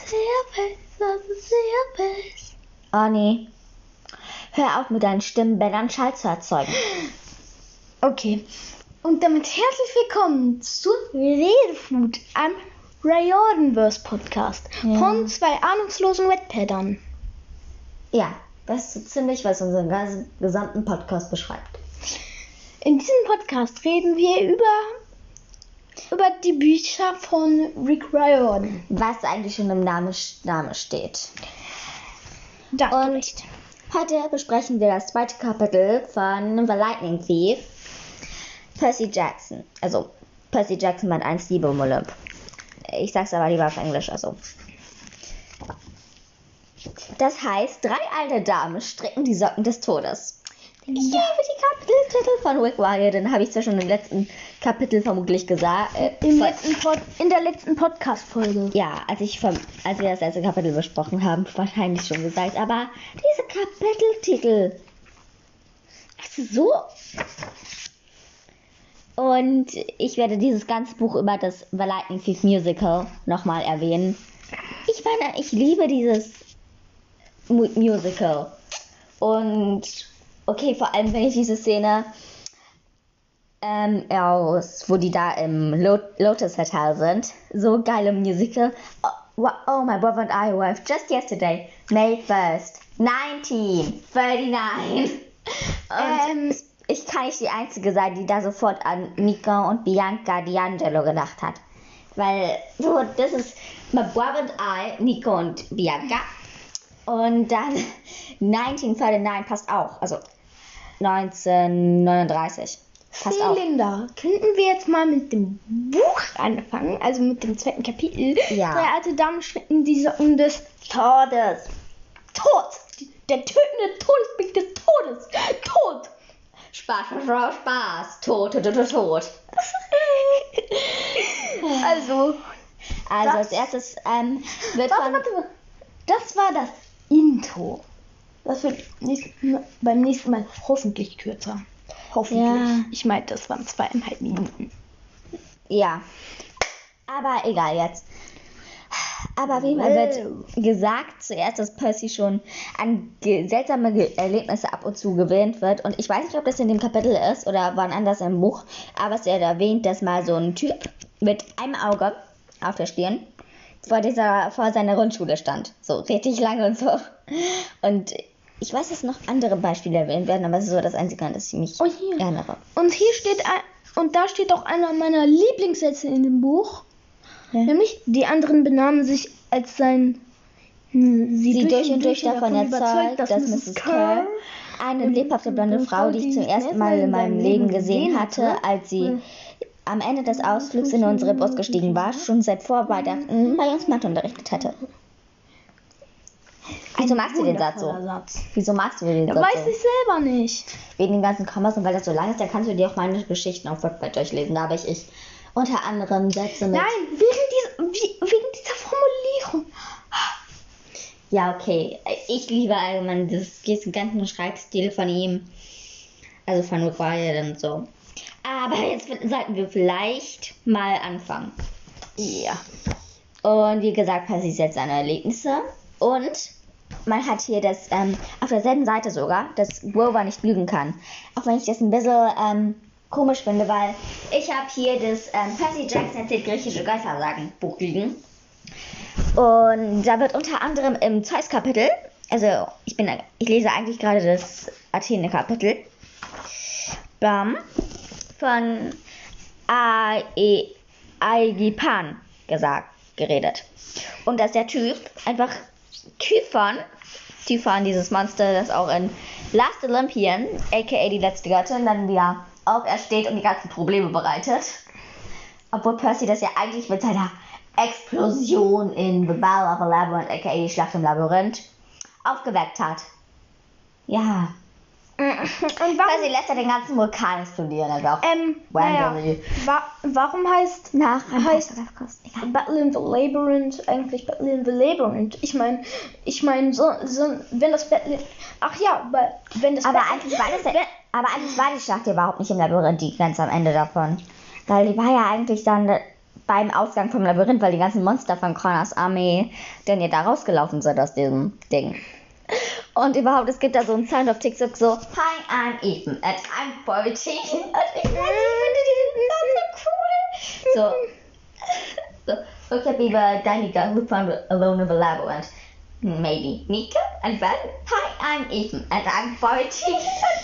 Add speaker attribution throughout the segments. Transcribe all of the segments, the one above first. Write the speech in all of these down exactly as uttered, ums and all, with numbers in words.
Speaker 1: Oh nee. Hör auf mit deinen Stimmbändern Schall zu erzeugen.
Speaker 2: Okay. Und damit herzlich willkommen zu Redeflut, einem Riordanverse Podcast
Speaker 1: Ja.
Speaker 2: von zwei ahnungslosen Wattpaddern.
Speaker 1: Ja, das ist so ziemlich, was unseren gas- gesamten Podcast beschreibt.
Speaker 2: In diesem Podcast reden wir über, über die Bücher von Rick Riordan.
Speaker 1: Was eigentlich schon im Name, Name steht.
Speaker 2: Da
Speaker 1: Und heute besprechen wir das zweite Kapitel von The Lightning Thief, Percy Jackson. Also Percy Jackson Band eins, Liebe um Olymp. Ich sag's aber lieber auf Englisch, also. Das heißt, drei alte Damen stricken die Socken des Todes. Ich liebe die Kapiteltitel von Rick Riordan, habe ich zwar schon im letzten Kapitel vermutlich gesagt. Äh,
Speaker 2: Im
Speaker 1: vor-
Speaker 2: letzten Pod, in der letzten Podcast-Folge.
Speaker 1: Ja, als, ich vom, als wir das letzte Kapitel besprochen haben, wahrscheinlich schon gesagt. Aber diese Kapiteltitel, das ist so. Und ich werde dieses ganze Buch über das The Lightning Thief Musical nochmal erwähnen. Ich meine, ich liebe dieses Mu- Musical. Und okay, vor allem wenn ich diese Szene ähm, aus, wo die da im Lo- Lotus Hotel sind, so geil im Musical. Oh, wa- oh, my brother and I were just yesterday, May first, nineteen thirty-nine. Und
Speaker 2: Ähm,
Speaker 1: ich kann nicht die Einzige sein, die da sofort an Nico und Bianca D'Angelo gedacht hat. Weil, so, das ist My Brother and I, Nico und Bianca. Und dann neunzehn neunundneunzig passt auch. Also neunzehnhundertneununddreißig passt auch.
Speaker 2: Linda, könnten wir jetzt mal mit dem Buch anfangen, also mit dem zweiten Kapitel?
Speaker 1: Ja.
Speaker 2: Drei alte Damen stricken die Socken des Todes. Tod! Der tötende Todesblick des Todes. Tod!
Speaker 1: Spaß, Spaß, Spaß. Tot, tot, tot, tot.
Speaker 2: Also,
Speaker 1: Also
Speaker 2: Das-
Speaker 1: als erstes ähm, wird
Speaker 2: warte,
Speaker 1: von...
Speaker 2: warte, warte. Das war das Intro. Das wird nächst, beim nächsten Mal hoffentlich kürzer. Hoffentlich.
Speaker 1: Ja.
Speaker 2: Ich meinte, das waren zweieinhalb Minuten.
Speaker 1: Ja. Aber egal jetzt. Aber wie man wird gesagt, zuerst, dass Percy schon an ge- seltsame Ge Erlebnisse ab und zu gewöhnt wird. Und ich weiß nicht, ob das in dem Kapitel ist oder wann anders im Buch, aber es wird erwähnt, dass mal so ein Typ mit einem Auge auf der Stirn vor dieser, vor seiner Grundschule stand. So richtig lange und so. Und ich weiß, dass noch andere Beispiele erwähnt werden, aber es ist so das Einzige, an das ich mich
Speaker 2: Oh, hier.
Speaker 1: erinnere.
Speaker 2: Und hier steht ein, und da steht auch einer meiner Lieblingssätze in dem Buch.
Speaker 1: Ja.
Speaker 2: Nämlich, die anderen benahmen sich als sein hm,
Speaker 1: Sie durch und durch davon überzeugt, dass Misses Kerr, eine lebhafte blonde Frau, die ich zum ersten Mal in meinem Leben gesehen hatte, als sie am Ende des Ausflugs in unsere Bus gestiegen war, schon seit vor Weihnachten bei uns Mathe unterrichtet hatte. Wieso magst du den Satz so?
Speaker 2: Satz.
Speaker 1: Wieso magst du den
Speaker 2: Ja,
Speaker 1: Satz
Speaker 2: weiß
Speaker 1: so?
Speaker 2: ich selber nicht.
Speaker 1: Wegen den ganzen Kommas und weil das so lang ist, dann kannst du dir auch meine Geschichten auf Wattpad durchlesen. Da habe ich, ich unter anderem Sätze mit...
Speaker 2: Nein, wegen dieser, wie, wegen dieser Formulierung.
Speaker 1: Ja, okay. Ich liebe allgemein das, diesen ganzen Schreibstil von ihm. Also von Rick Riordan und so. Aber jetzt sollten wir vielleicht mal anfangen.
Speaker 2: Ja.
Speaker 1: Und wie gesagt, Percy jetzt seine Erlebnisse. Und man hat hier das, ähm, auf derselben Seite sogar, dass Grover nicht lügen kann. Auch wenn ich das ein bisschen ähm, komisch finde, weil ich habe hier das ähm, Percy Jackson erzählt griechische Geistersagen Buch liegen. Und da wird unter anderem im Zeus-Kapitel, also ich bin, ich lese eigentlich gerade das Athene-Kapitel, Bam, von Ae- Aegipan gesagt, geredet. Und dass der Typ einfach Typhon, Typhon, dieses Monster, das auch in Last Olympian, aka die letzte Göttin, dann wieder aufersteht und die ganzen Probleme bereitet. Obwohl Percy das ja eigentlich mit seiner Explosion in The Battle of the Labyrinth, aka die Schlacht im Labyrinth, aufgeweckt hat. Ja.
Speaker 2: Und warum,
Speaker 1: Percy lässt ja den ganzen Vulkan explodieren, also auch
Speaker 2: ähm, naja,
Speaker 1: Wembley.
Speaker 2: wa warum heißt,
Speaker 1: Nach
Speaker 2: heißt Battle in the Labyrinth eigentlich Battle in the Labyrinth? Ich meine, ich meine, so, so, wenn das Battle, ach ja, weil, wenn das
Speaker 1: Aber
Speaker 2: Battle-
Speaker 1: eigentlich war das ja, aber eigentlich war die Schlacht ja überhaupt nicht im Labyrinth, die ganz am Ende davon. Weil die war ja eigentlich dann beim Ausgang vom Labyrinth, weil die ganzen Monster von Connors Armee dann ja da rausgelaufen sind aus diesem Ding. Und überhaupt, es gibt da so einen Sound auf TikTok so, Hi, I'm Ethan and I'm fourteen. Und ich finde diesen Sound so cool. So, look at Biba, Danica, who found alone in the labyrinth. Maybe Nika and Ben. Hi, I'm Ethan and I'm fourteen.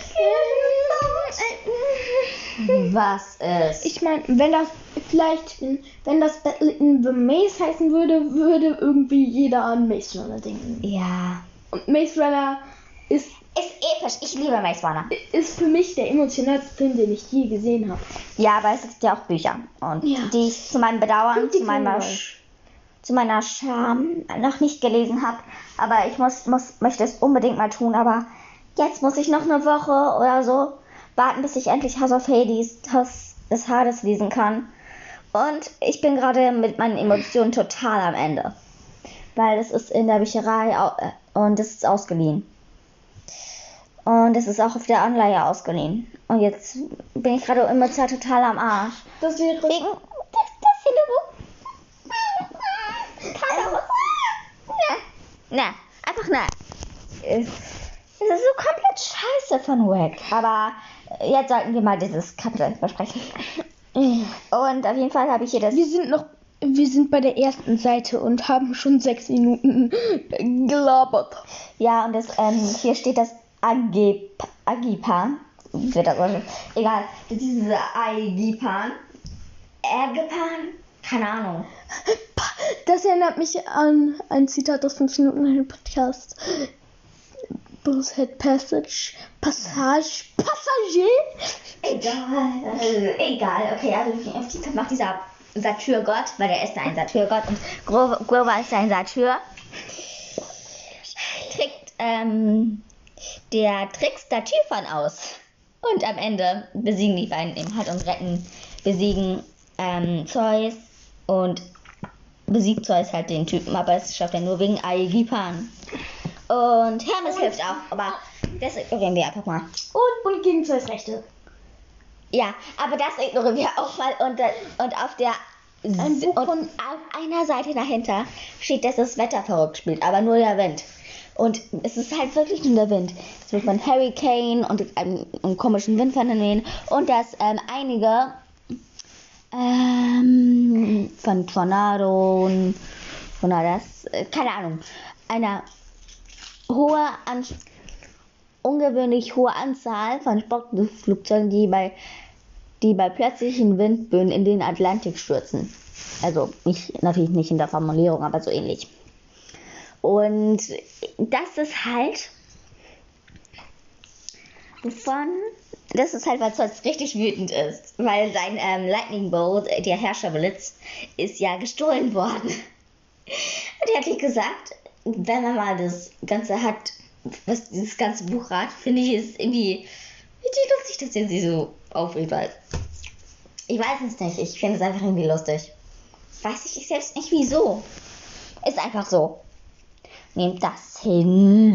Speaker 1: Was ist?
Speaker 2: Ich meine, wenn das vielleicht, in, wenn das Battle in the Maze heißen würde, würde irgendwie jeder an Maze Runner denken.
Speaker 1: Ja.
Speaker 2: Und Maze Runner ist,
Speaker 1: Ist episch. Ich liebe Maze Runner.
Speaker 2: ist für mich der emotionalste Film, den ich je gesehen habe.
Speaker 1: Ja, aber es gibt ja auch Bücher. Und
Speaker 2: Ja.
Speaker 1: die ich zu meinem Bedauern,
Speaker 2: Und die
Speaker 1: zu meiner,
Speaker 2: Filme.
Speaker 1: Sch- zu meiner Scham noch nicht gelesen habe. Aber ich muss, muss, möchte es unbedingt mal tun. Aber jetzt muss ich noch eine Woche oder so warten, bis ich endlich House of Hades, Haus des Hades lesen kann. Und ich bin gerade mit meinen Emotionen total am Ende. Weil es ist in der Bücherei au- äh, und es ist ausgeliehen. Und es ist auch auf der Anleihe ausgeliehen. Und jetzt bin ich gerade emotional total am Arsch.
Speaker 2: Das wäre.
Speaker 1: Wegen das, das hier Keine Ne, ne, einfach ne. Es ist so komplett scheiße von Wack. Aber jetzt sollten wir mal dieses Kapitel besprechen. Und auf jeden Fall habe ich hier das.
Speaker 2: Wir sind noch. Wir sind bei der ersten Seite und haben schon sechs Minuten gelabert.
Speaker 1: Ja, und das, ähm, hier steht das Agip Agipan. Wird das wahrscheinlich. Egal. Diese Agipan. Agipan? Keine Ahnung.
Speaker 2: Das erinnert mich an ein Zitat aus fünf Minuten in Podcast. Bruce Head Passage. Passage. Passagier?
Speaker 1: Egal. Äh, egal. Okay, also auf die macht dieser Satyrgott, weil der ist ein Satyrgott und Gro- Grover ist ein Satyr. Trägt, ähm, der trickst da Typhon aus. Und am Ende besiegen die beiden eben halt und retten, besiegen ähm, Zeus und besiegt Zeus halt den Typen, aber das schafft er nur wegen Aegipan. Und Hermes hilft auch, aber das ignorieren wir einfach mal.
Speaker 2: Und, und gegen Zeus Rechte.
Speaker 1: Ja, aber das ignorieren wir auch mal und, äh, und auf der
Speaker 2: Ein Buch
Speaker 1: und
Speaker 2: von-
Speaker 1: auf einer Seite dahinter steht, dass das Wetter verrückt spielt, aber nur der Wind. Und es ist halt wirklich nur der Wind. Es wird von Hurricane und einem, einem komischen Windphänomen und dass ähm, einige ähm, von Tornado und von das, äh, keine Ahnung, einer hohe, an, ungewöhnlich hohe Anzahl von Sportflugzeugen, die bei, die bei plötzlichen Windböen in den Atlantik stürzen. Also nicht, natürlich nicht in der Formulierung, aber so ähnlich. Und das ist halt von, das ist halt, weil Zeus richtig wütend ist, weil sein ähm, Lightning Bolt, äh, der Herrscherblitz, ist ja gestohlen worden. Und er hat sich gesagt, wenn man mal das Ganze hat, was dieses ganze Buch hat, finde ich es irgendwie richtig lustig, dass er sie so aufregt, weil ich weiß es nicht, ich finde es einfach irgendwie lustig. Weiß ich selbst nicht wieso. Ist einfach so. Nehmt das hin.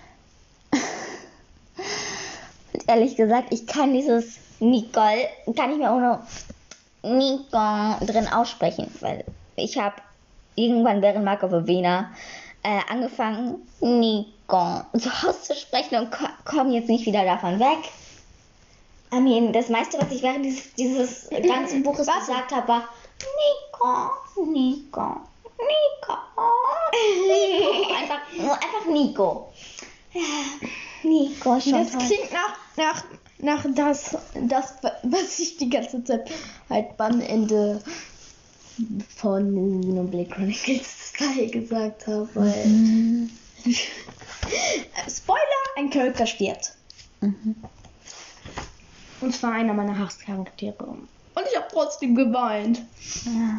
Speaker 1: Und ehrlich gesagt, ich kann dieses Nicole, kann ich mir ohne Nicole drin aussprechen, weil ich habe irgendwann während Mark of Avena äh, angefangen, Nicole so auszusprechen und ko- komme jetzt nicht wieder davon weg. I mean, das meiste, was ich während dieses, dieses ganzen Buches
Speaker 2: Was?
Speaker 1: gesagt habe, war Nico, Nico, Nico. Nico. Einfach, nur einfach Nico. Ja, Nico, schon
Speaker 2: Das
Speaker 1: toll.
Speaker 2: klingt nach, nach, nach das, das, was ich die ganze Zeit halt beim Ende von Xenoblade Chronicles drei gesagt habe, weil
Speaker 1: Mhm.
Speaker 2: Spoiler, ein Charakter stirbt.
Speaker 1: Mhm.
Speaker 2: Und zwar einer meiner Hasscharaktere. Und ich habe trotzdem geweint.
Speaker 1: Ja.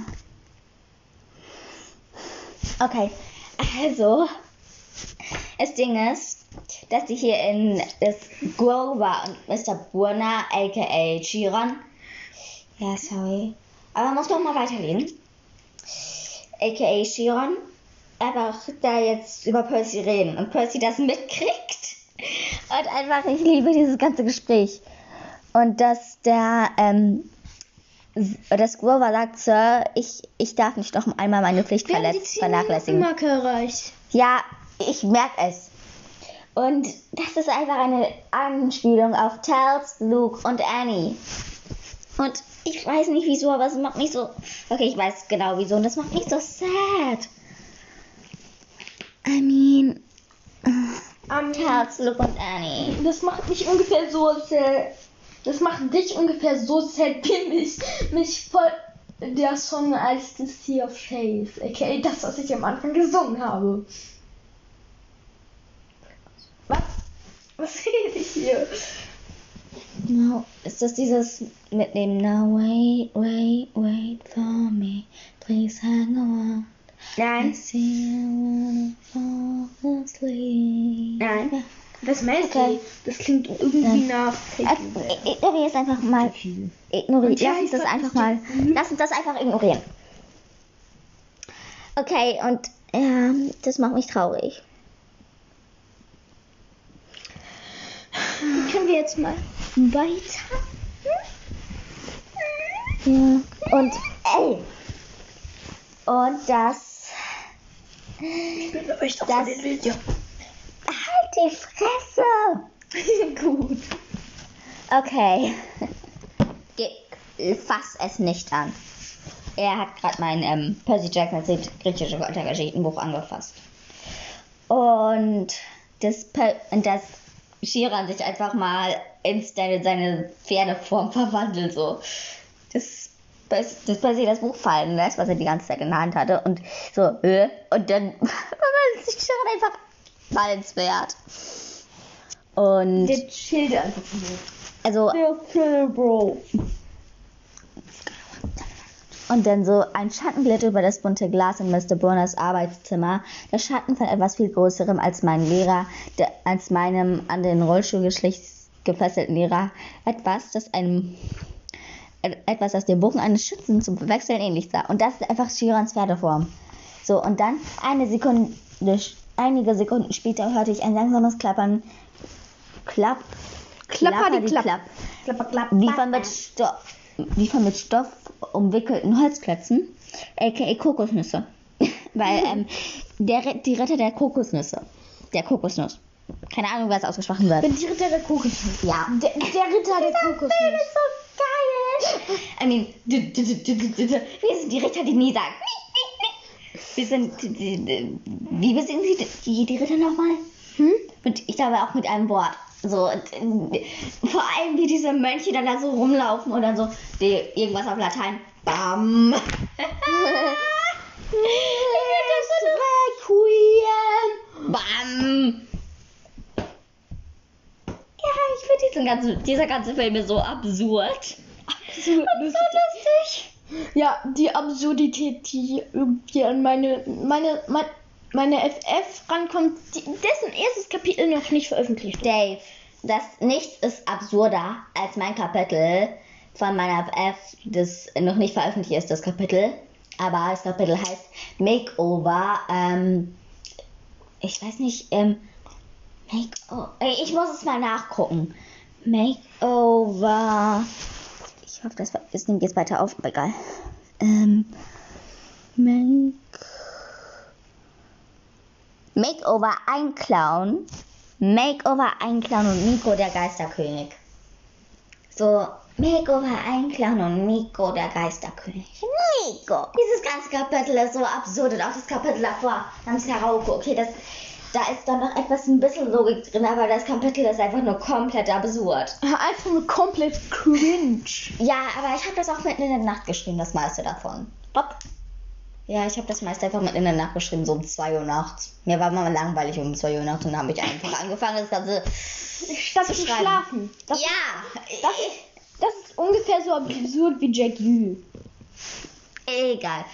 Speaker 1: Okay, also, das Ding ist, dass die hier in das Grover und Mister Burner, aka Chiron, ja, sorry, aber man muss doch mal weiterlesen, aka Chiron, einfach da jetzt über Percy reden und Percy das mitkriegt und einfach, ich liebe dieses ganze Gespräch und dass der, ähm, das Grover sagt, Sir, ich, ich darf nicht noch einmal meine Pflicht
Speaker 2: Wir haben die
Speaker 1: verletzt, vernachlässigen.
Speaker 2: Marke erreicht.
Speaker 1: Ja, ich merke es. Und das ist einfach eine Anspielung auf Tals, Luke und Annie. Und ich weiß nicht wieso, aber es macht mich so... Okay, ich weiß genau wieso. Und das macht mich so sad. I mean...
Speaker 2: Um,
Speaker 1: Tals, Luke und Annie.
Speaker 2: Das macht mich ungefähr so sad. Das macht dich ungefähr so sad wie mich. Mich voll der Song als The Sea of Shades. Okay, das, was ich am Anfang gesungen habe. Was? Was rede ich hier?
Speaker 1: No, ist das dieses mit dem Now wait, wait, wait for me, please hang on. I
Speaker 2: Nein.
Speaker 1: see I wanna fall asleep.
Speaker 2: Nein. Das meinst
Speaker 1: Okay.
Speaker 2: du? Das klingt irgendwie nach
Speaker 1: Äh, Ignoriere es einfach mal. Ignoriere.
Speaker 2: Und ja,
Speaker 1: Lass uns
Speaker 2: ich
Speaker 1: das
Speaker 2: sag
Speaker 1: einfach
Speaker 2: nicht
Speaker 1: mal.
Speaker 2: die-
Speaker 1: Lass uns das einfach ignorieren. Okay, und ja, das macht mich traurig.
Speaker 2: Können wir jetzt mal weiter?
Speaker 1: Ja. Und ey. Und das.
Speaker 2: Ich bin euch doch
Speaker 1: Das-
Speaker 2: von den Video.
Speaker 1: Halt die Fresse!
Speaker 2: Gut.
Speaker 1: Okay. Ge- Fass es nicht an. Er hat gerade mein ähm, Percy Jackson erzählt griechische Göttergeschichtenbuch angefasst. Und das, Per- und das Chiron sich einfach mal instant in seine Pferdeform verwandelt. So. Das, das, das Percy das Buch fallen lässt, was er die ganze Zeit in der Hand hatte. Und so, äh, und dann verwandelt sich Chiron einfach mal ins Pferd. Und
Speaker 2: Der chillt einfach nur.
Speaker 1: also
Speaker 2: Der Phil, Bro.
Speaker 1: und dann so ein Schatten glitt über das bunte Glas in Mister Bruners Arbeitszimmer. Der Schatten von etwas viel Größerem als mein Lehrer, der, als meinem an den Rollstuhl geschlicht gefesselten Lehrer. Etwas, das einem etwas, das dem Bogen eines Schützen zum Verwechseln ähnlich sah. Und das ist einfach Chirons Pferdeform. So, und dann eine Sekunde, einige Sekunden später hörte ich ein langsames Klappern. Klapp.
Speaker 2: Klapper die Klapp.
Speaker 1: Klapp.
Speaker 2: Klapper, klapp.
Speaker 1: Wie von mit Stoff, wie von mit Stoff umwickelten Holzklötzen, aka Kokosnüsse. Weil ähm, der, Ri- die Ritter der Kokosnüsse. Der Kokosnuss. Keine Ahnung, wer es ausgesprochen wird.
Speaker 2: Bin die Ritter der Kokosnuss.
Speaker 1: Ja.
Speaker 2: Der, der Ritter der Kokosnuss.
Speaker 1: ist so geil. I mean, d- d- d- d- d- d- wir sind die Ritter, die nie sagen. Wir sind, die- die- die- wie besingen sie die, die Ritter nochmal?
Speaker 2: Hm?
Speaker 1: Und ich glaube auch mit einem Wort. So, und, äh, vor allem wie diese Mönche dann da so rumlaufen und dann so die, irgendwas auf Latein. Bam.
Speaker 2: Requiem.
Speaker 1: Bam. Ja, ich finde diesen ganzen, dieser ganze Film ist so absurd.
Speaker 2: So
Speaker 1: lustig.
Speaker 2: Ja, die Absurdität, die irgendwie an meine, meine, meine, meine F F rankommt, die, dessen erstes Kapitel noch nicht veröffentlicht wurde.
Speaker 1: Dave, das nichts ist absurder als mein Kapitel von meiner F F, das noch nicht veröffentlicht ist, das Kapitel. Aber das Kapitel heißt Makeover. Ähm, ich weiß nicht, ähm, Makeover. Ich muss es mal nachgucken. Makeover. Ich hoffe, das, das nimmt jetzt weiter auf, aber egal. Ähm, Make. Makeover ein Clown. Makeover ein Clown und Nico der Geisterkönig. So, Makeover ein Clown und Nico der Geisterkönig. Nico! Dieses ganze Kapitel ist so absurd und auch das Kapitel davor namens Karaoke. Okay, das, da ist dann noch etwas, ein bisschen Logik drin, aber das Kapitel ist einfach nur komplett absurd.
Speaker 2: Einfach nur komplett cringe.
Speaker 1: Ja, aber ich habe das auch mitten in der Nacht geschrieben, das meiste davon. Bob? Ja, ich habe das meiste einfach mitten in der Nacht geschrieben, so um zwei Uhr nachts. Mir war mal langweilig um zwei Uhr nachts und dann habe ich einfach angefangen, das Ganze
Speaker 2: Statt
Speaker 1: zu
Speaker 2: zu
Speaker 1: schreiben.
Speaker 2: schlafen. Das,
Speaker 1: Ja!
Speaker 2: das, ist, das ist ungefähr so absurd wie Jack Yu.
Speaker 1: Egal.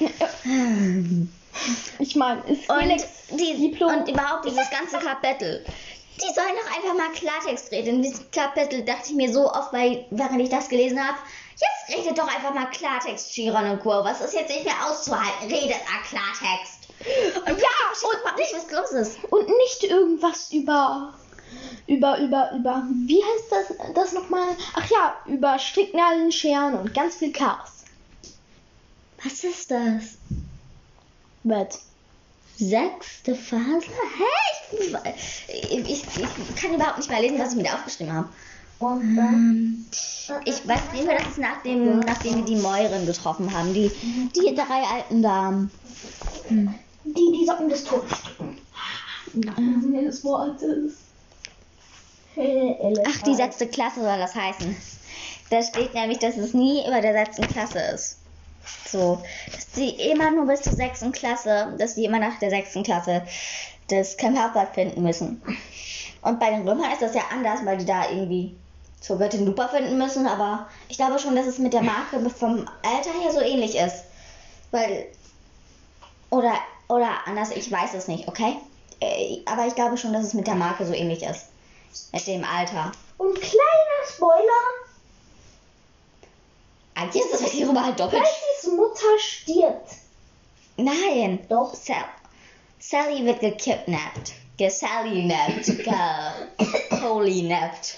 Speaker 2: Ich meine, ist
Speaker 1: Und,
Speaker 2: Felix
Speaker 1: die,
Speaker 2: Diplom.
Speaker 1: und überhaupt dieses ganze Kapitel. Die sollen doch einfach mal Klartext reden. In diesem Kapitel dachte ich mir so oft, weil, während ich das gelesen habe, jetzt redet doch einfach mal Klartext, Chiron und Co. Was ist jetzt nicht mehr auszuhalten? Redet mal Klartext. Und ja, und nicht, was los ist.
Speaker 2: Und nicht irgendwas über, über, über, über, wie heißt das, das nochmal? Ach ja, über Stricknadeln, Scheren und ganz viel Chaos.
Speaker 1: Was ist das?
Speaker 2: Was?
Speaker 1: Sechste Phase? Hä? Ich, ich, ich, ich kann überhaupt nicht mehr lesen, was ich mir da aufgeschrieben habe. Ähm, ich weiß nicht mehr, das ist nach dem, nachdem wir die Mäuren getroffen haben. Die, die drei alten Damen.
Speaker 2: Die, die Socken des Todes stricken. Nach dem Sinne des Wortes.
Speaker 1: Ach, die sechste Klasse soll das heißen. Da steht nämlich, dass es nie über der sechsten Klasse ist. So, dass die immer nur bis zur sechsten Klasse, dass die immer nach der sechsten Klasse das Camp Halfblood finden müssen. Und bei den Römern ist das ja anders, weil die da irgendwie zur Göttin Lupa finden müssen, aber ich glaube schon, dass es mit der Marke vom Alter her so ähnlich ist. Weil, oder, oder anders, ich weiß es nicht, okay? Äh, aber ich glaube schon, dass es mit der Marke so ähnlich ist. Mit dem Alter.
Speaker 2: Und kleiner Spoiler.
Speaker 1: Eigentlich ist das mit hierüber halt doppelt.
Speaker 2: Percys Mutter stirbt.
Speaker 1: Nein.
Speaker 2: Doch.
Speaker 1: Sal Sally wird gekidnappt. Gesally-nappt. Ge-Holy-nappt.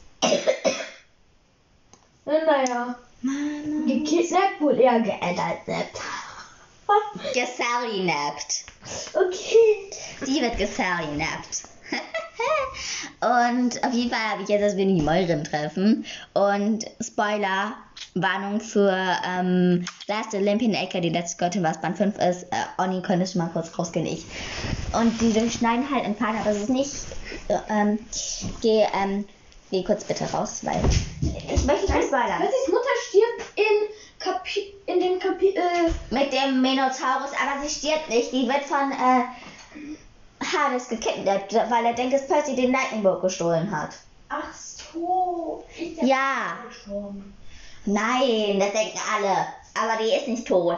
Speaker 2: Naja.
Speaker 1: Mann.
Speaker 2: Gekidnappt wurde eher geadaptet.
Speaker 1: Gesally-nappt.
Speaker 2: Okay.
Speaker 1: Sie wird gesally-nappt. Und auf jeden Fall habe ich jetzt, dass wir die Mäuren treffen. Und Spoiler, Warnung für ähm, Last Olympian Acre, die letzte Göttin, was Band fünf ist. Äh, Oni, könntest du mal kurz rausgehen, ich. Und die durchschneiden halt in Faden, aber es ist nicht. Äh, ähm, geh, ähm, geh kurz bitte raus, weil ich möchte nicht spoilern.
Speaker 2: Percys Mutter stirbt in, Kapi in dem Kapitel. Äh,
Speaker 1: Mit dem Minotaurus, aber sie stirbt nicht. Die wird von äh, Hades gekidnappt, weil er denkt, dass Percy den Lightning Bolt gestohlen hat.
Speaker 2: ach so. Ist der
Speaker 1: Ja.
Speaker 2: gestorben?
Speaker 1: Nein, das denken alle. Aber die ist nicht tot.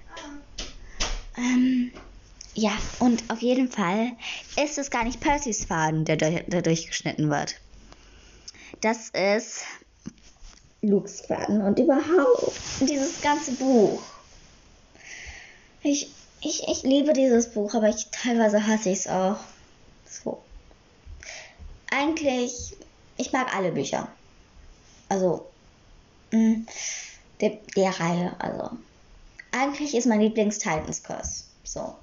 Speaker 1: Ähm, ja, und auf jeden Fall ist es gar nicht Percys Faden, der, durch, der durchgeschnitten wird. Das ist Lukes Faden und überhaupt dieses ganze Buch. Ich, ich, ich liebe dieses Buch, aber ich teilweise hasse ich es auch. So. Eigentlich, ich mag alle Bücher. Also, mh, der, der Reihe, also. Eigentlich ist mein Lieblings Titans Curse. So.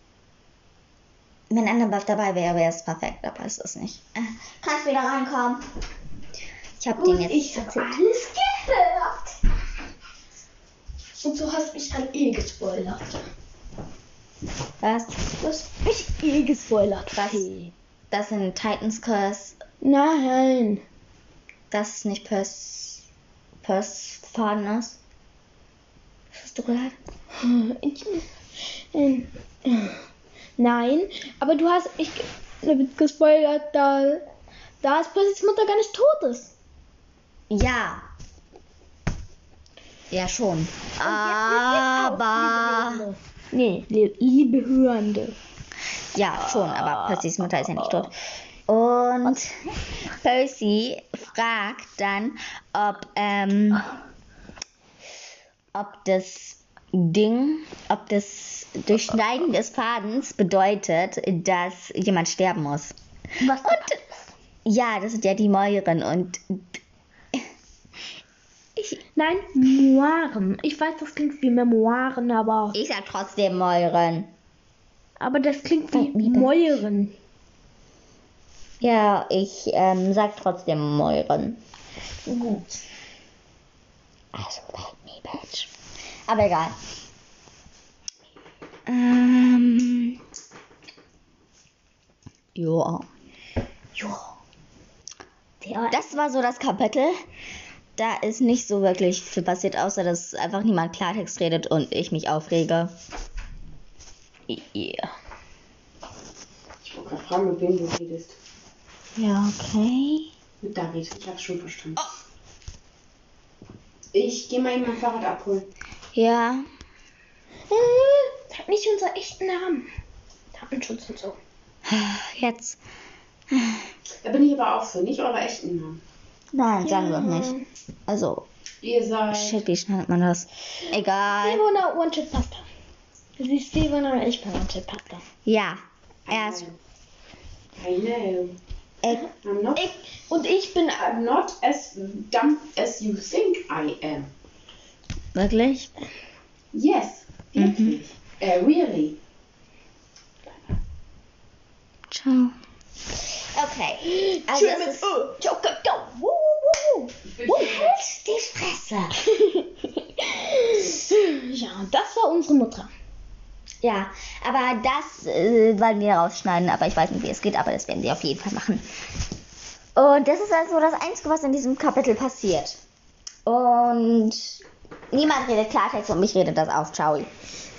Speaker 1: Wenn ein Buff dabei wäre, wäre es perfekt, aber es ist nicht. Äh, kannst wieder reinkommen? Ich hab den
Speaker 2: Und
Speaker 1: jetzt.
Speaker 2: ich habe alles gehört. Und du hast mich dann eh gespoilert.
Speaker 1: Was?
Speaker 2: Du hast mich eh gespoilert.
Speaker 1: Was? Das sind Titans Curse.
Speaker 2: Nein.
Speaker 1: Das ist nicht Pers. Pers Faden ist. Was hast du gehört?
Speaker 2: Ich, äh, nein, aber du hast mich ge- gespoilert, da, da ist Percys Mutter gar nicht tot ist.
Speaker 1: Ja. Ja, schon.
Speaker 2: Auch,
Speaker 1: Aber.
Speaker 2: liebe Hörende. Nee, li- liebe Hörende.
Speaker 1: Ja, schon, aber Percys Mutter ist ja nicht tot. Und Percy fragt dann, ob, ähm, ob das Ding, ob das Durchschneiden des Fadens bedeutet, dass jemand sterben muss.
Speaker 2: Was?
Speaker 1: Und ja, das sind ja die Mäuren und ich,
Speaker 2: Nein, Memoiren. Ich weiß, das klingt wie Memoiren, aber
Speaker 1: ich sag trotzdem Mäuren.
Speaker 2: aber das klingt
Speaker 1: Oh,
Speaker 2: wie
Speaker 1: Liebe.
Speaker 2: Mäuren.
Speaker 1: Ja, ich ähm, sag trotzdem Mäuren.
Speaker 2: Gut.
Speaker 1: Also, like me, bitch. Aber egal. Ähm. Ja.
Speaker 2: Ja.
Speaker 1: Das war so das Kapitel. Da ist nicht so wirklich viel passiert, außer dass einfach niemand Klartext redet und ich mich aufrege. Yeah.
Speaker 3: Ich wollte gerade fragen, mit wem du redest.
Speaker 1: Ja, okay.
Speaker 3: Mit David, ich hab's schon verstanden. Ich gehe mal eben mein Fahrrad abholen.
Speaker 1: Ja.
Speaker 2: Äh, sag nicht unser echten Namen. Datenschutz und so.
Speaker 1: Jetzt.
Speaker 3: Da bin ich aber auch für, nicht eure echten Namen.
Speaker 1: Nein, sagen wir auch nicht. Also,
Speaker 3: Ihr seid...
Speaker 1: shit, wie schneidet man das? Egal.
Speaker 2: Silvana One-Chip Pasta. Sie ist Silvana, ich bin One-Chip Pasta.
Speaker 1: Ja.
Speaker 3: I
Speaker 1: Erst.
Speaker 3: know. I know.
Speaker 1: Äh,
Speaker 3: I'm not,
Speaker 2: Ich, und ich bin
Speaker 3: I'm not as dumb as you think I am.
Speaker 1: wirklich?
Speaker 3: Yes, wirklich. Äh, really.
Speaker 1: Ciao. Okay. Also
Speaker 2: Tschüss
Speaker 1: es
Speaker 2: mit
Speaker 1: ist,
Speaker 2: Ö. Ciao, Kakao. Wuh, wuh, wuh.
Speaker 1: oh, halt die Fresse.
Speaker 2: Ja, das war unsere Mutter.
Speaker 1: Ja, aber das äh, wollen wir rausschneiden, aber ich weiß nicht, wie es geht, aber das werden sie auf jeden Fall machen. Und das ist also das Einzige, was in diesem Kapitel passiert. Und niemand redet Klartext und mich redet das auf. Ciao.